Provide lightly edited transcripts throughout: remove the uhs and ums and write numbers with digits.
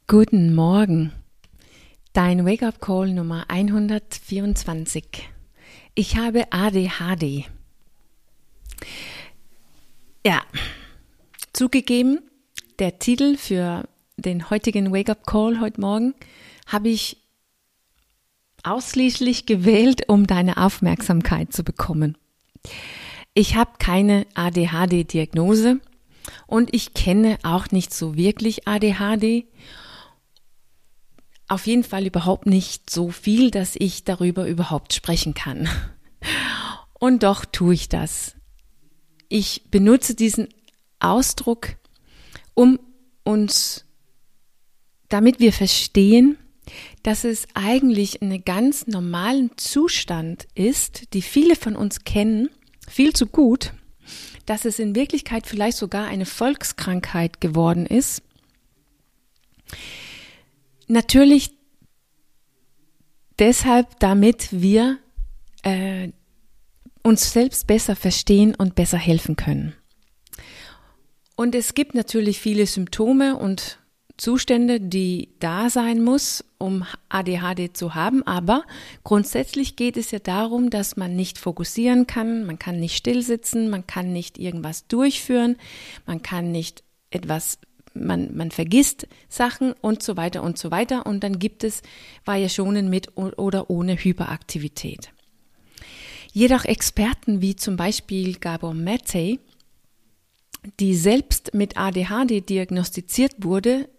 Guten Morgen, dein Wake-up-Call Nummer 124. Ich habe ADHD. Ja, zugegeben, der Titel für den heutigen Wake-up-Call heute Morgen habe ich ausschließlich gewählt, um deine Aufmerksamkeit zu bekommen. Ich habe keine ADHD-Diagnose und ich kenne auch nicht so wirklich ADHD. Auf jeden Fall überhaupt nicht so viel, dass ich darüber überhaupt sprechen kann. Und doch tue ich das. Ich benutze diesen Ausdruck, damit wir verstehen, dass es eigentlich einen ganz normalen Zustand ist, die viele von uns kennen, viel zu gut, dass es in Wirklichkeit vielleicht sogar eine Volkskrankheit geworden ist. Natürlich deshalb, damit wir uns selbst besser verstehen und besser helfen können. Und es gibt natürlich viele Symptome und Zustände, die da sein muss, um ADHD zu haben, aber grundsätzlich geht es ja darum, dass man nicht fokussieren kann, man kann nicht stillsitzen, man kann nicht irgendwas durchführen, man kann nicht etwas Man vergisst Sachen und so weiter und so weiter und dann gibt es Variationen mit oder ohne Hyperaktivität. Jedoch Experten wie zum Beispiel Gabor Mate, die selbst mit ADHD diagnostiziert wurde,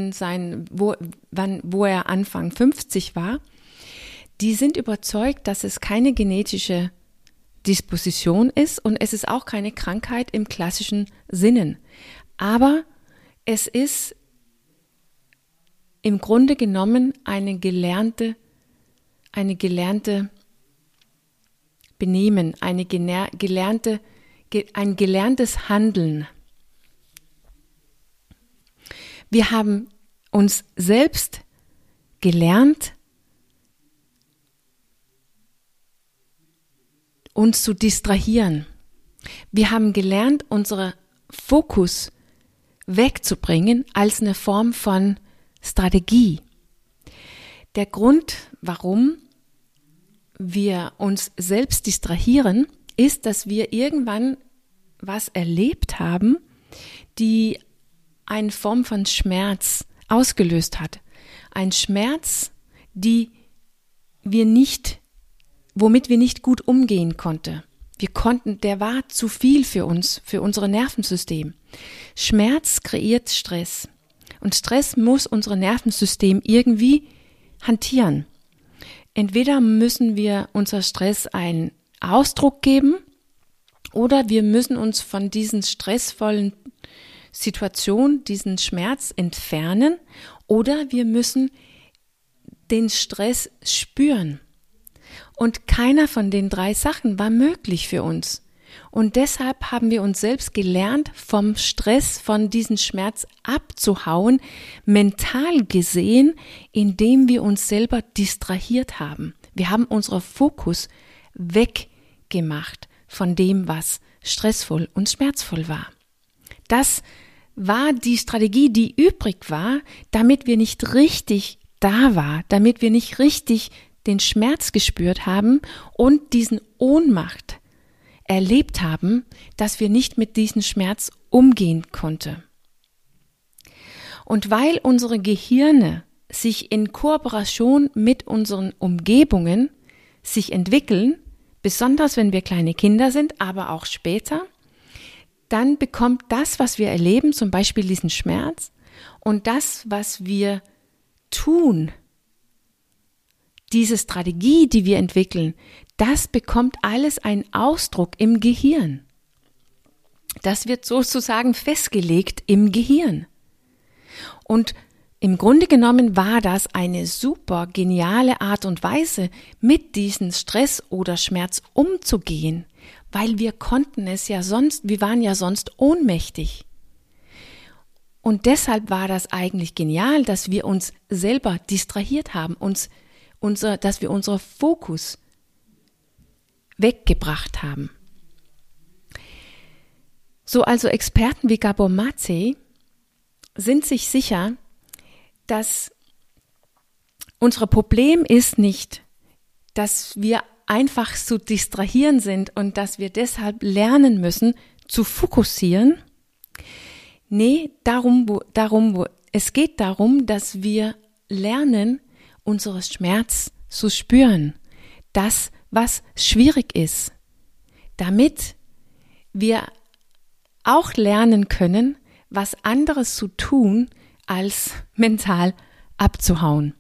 wo er Anfang 50 war, die sind überzeugt, dass es keine genetische Disposition ist und es ist auch keine Krankheit im klassischen Sinne. Aber es ist im Grunde genommen ein gelerntes Benehmen, ein gelerntes Handeln. Wir haben uns selbst gelernt, uns zu distrahieren. Wir haben gelernt, unseren Fokus wegzubringen als eine Form von Strategie. Der Grund, warum wir uns selbst distrahieren, ist, dass wir irgendwann was erlebt haben, die eine Form von Schmerz ausgelöst hat. Ein Schmerz, womit wir nicht gut umgehen konnten. Der war zu viel für uns, für unser Nervensystem. Schmerz kreiert Stress. Und Stress muss unser Nervensystem irgendwie hantieren. Entweder müssen wir unser Stress einen Ausdruck geben oder wir müssen uns von diesen stressvollen Situationen, diesen Schmerz entfernen oder wir müssen den Stress spüren. Und keiner von den 3 Sachen war möglich für uns. Und deshalb haben wir uns selbst gelernt, vom Stress, von diesem Schmerz abzuhauen, mental gesehen, indem wir uns selber distrahiert haben. Wir haben unseren Fokus weggemacht von dem, was stressvoll und schmerzvoll war. Das war die Strategie, die übrig war, damit wir nicht richtig da waren, damit wir nicht richtig den Schmerz gespürt haben und diesen Ohnmacht erlebt haben, dass wir nicht mit diesem Schmerz umgehen konnten. Und weil unsere Gehirne sich in Kooperation mit unseren Umgebungen sich entwickeln, besonders wenn wir kleine Kinder sind, aber auch später, dann bekommt das, was wir erleben, zum Beispiel diesen Schmerz und das, was wir tun, diese Strategie, die wir entwickeln, das bekommt alles einen Ausdruck im Gehirn. Das wird sozusagen festgelegt im Gehirn. Und im Grunde genommen war das eine super geniale Art und Weise, mit diesem Stress oder Schmerz umzugehen, weil wir waren ja sonst ohnmächtig. Und deshalb war das eigentlich genial, dass wir uns selber distrahiert haben, dass wir unseren Fokus weggebracht haben. So also Experten wie Gabor Mate sind sich sicher, dass unser Problem ist nicht, dass wir einfach zu distrahieren sind und dass wir deshalb lernen müssen, zu fokussieren. Nee, es geht darum, dass wir lernen, unseren Schmerz zu spüren. Das, was schwierig ist. Damit wir auch lernen können, was anderes zu tun, als mental abzuhauen.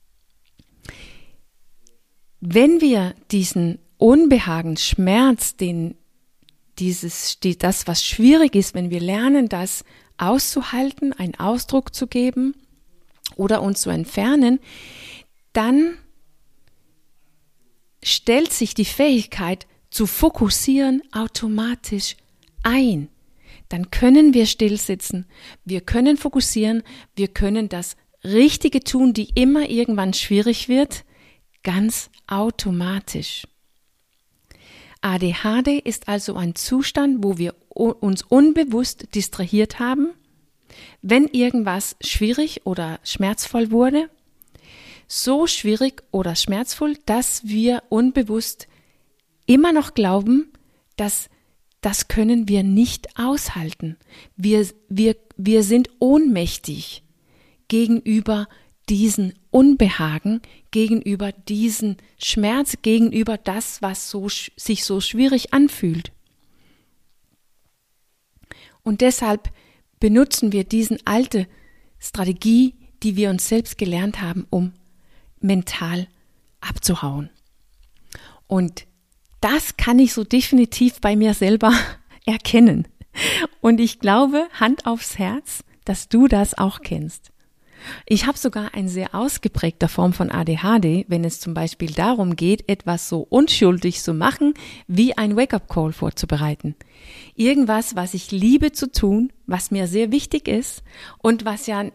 Wenn wir diesen Unbehagen, Schmerz, das, was schwierig ist, wenn wir lernen, das auszuhalten, einen Ausdruck zu geben oder uns zu entfernen, dann stellt sich die Fähigkeit zu fokussieren automatisch ein. Dann können wir still sitzen, wir können fokussieren, wir können das Richtige tun, die immer irgendwann schwierig wird, ganz automatisch. ADHD ist also ein Zustand, wo wir uns unbewusst distrahiert haben, wenn irgendwas schwierig oder schmerzvoll wurde, so schwierig oder schmerzvoll, dass wir unbewusst immer noch glauben, dass das können wir nicht aushalten. Wir sind ohnmächtig gegenüber diesen Unbehagen, gegenüber diesen Schmerz, gegenüber das, was sich so schwierig anfühlt. Und deshalb benutzen wir diese alte Strategie, die wir uns selbst gelernt haben, um mental abzuhauen. Und das kann ich so definitiv bei mir selber erkennen. Und ich glaube, Hand aufs Herz, dass du das auch kennst. Ich habe sogar eine sehr ausgeprägte Form von ADHD, wenn es zum Beispiel darum geht, etwas so unschuldig zu machen, wie ein Wake-up-Call vorzubereiten. Irgendwas, was ich liebe zu tun, was mir sehr wichtig ist und was ja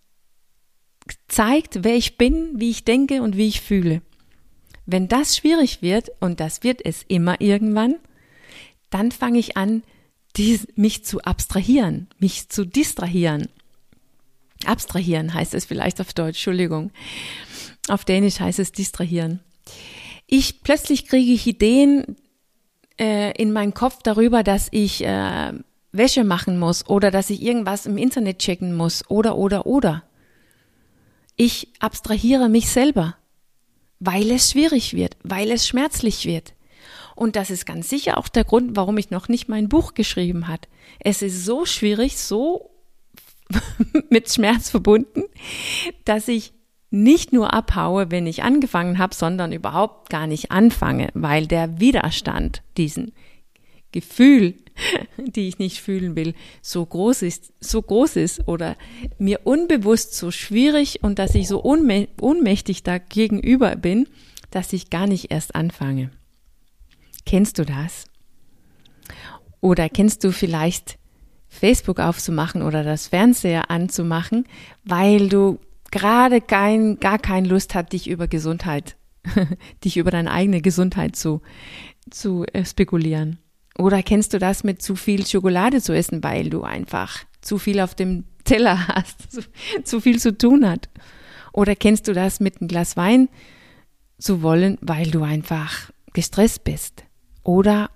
zeigt, wer ich bin, wie ich denke und wie ich fühle. Wenn das schwierig wird, und das wird es immer irgendwann, dann fange ich an, mich zu abstrahieren, mich zu distrahieren. Abstrahieren heißt es vielleicht auf Deutsch, Entschuldigung. Auf Dänisch heißt es distrahieren. Plötzlich kriege ich Ideen in meinen Kopf darüber, dass ich Wäsche machen muss oder dass ich irgendwas im Internet checken muss oder. Ich abstrahiere mich selber, weil es schwierig wird, weil es schmerzlich wird. Und das ist ganz sicher auch der Grund, warum ich noch nicht mein Buch geschrieben habe. Es ist so schwierig, so mit Schmerz verbunden, dass ich nicht nur abhaue, wenn ich angefangen habe, sondern überhaupt gar nicht anfange, weil der Widerstand, diesen Gefühl, die ich nicht fühlen will, so groß ist oder mir unbewusst so schwierig und dass ich so ohnmächtig da gegenüber bin, dass ich gar nicht erst anfange. Kennst du das? Oder kennst du vielleicht Facebook aufzumachen oder das Fernseher anzumachen, weil du gerade gar keine Lust hast, dich über deine eigene Gesundheit zu spekulieren? Oder kennst du das mit zu viel Schokolade zu essen, weil du einfach zu viel auf dem Teller hast, zu viel zu tun hat? Oder kennst du das mit einem Glas Wein zu wollen, weil du einfach gestresst bist? Oder.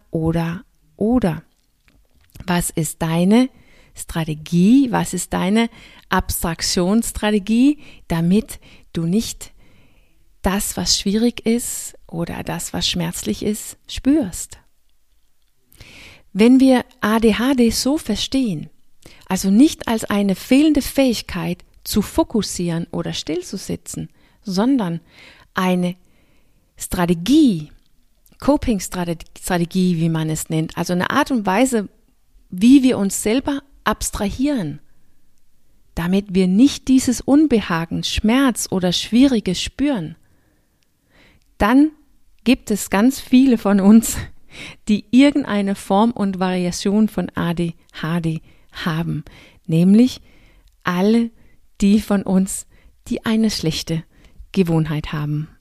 Was ist deine Strategie? Was ist deine Abstraktionsstrategie, damit du nicht das, was schwierig ist oder das, was schmerzlich ist, spürst? Wenn wir ADHD so verstehen, also nicht als eine fehlende Fähigkeit zu fokussieren oder stillzusitzen, sondern eine Strategie, Coping-Strategie, wie man es nennt, also eine Art und Weise, wie wir uns selber abstrahieren, damit wir nicht dieses Unbehagen, Schmerz oder Schwieriges spüren, dann gibt es ganz viele von uns, die irgendeine Form und Variation von ADHD haben, nämlich alle die von uns, die eine schlechte Gewohnheit haben.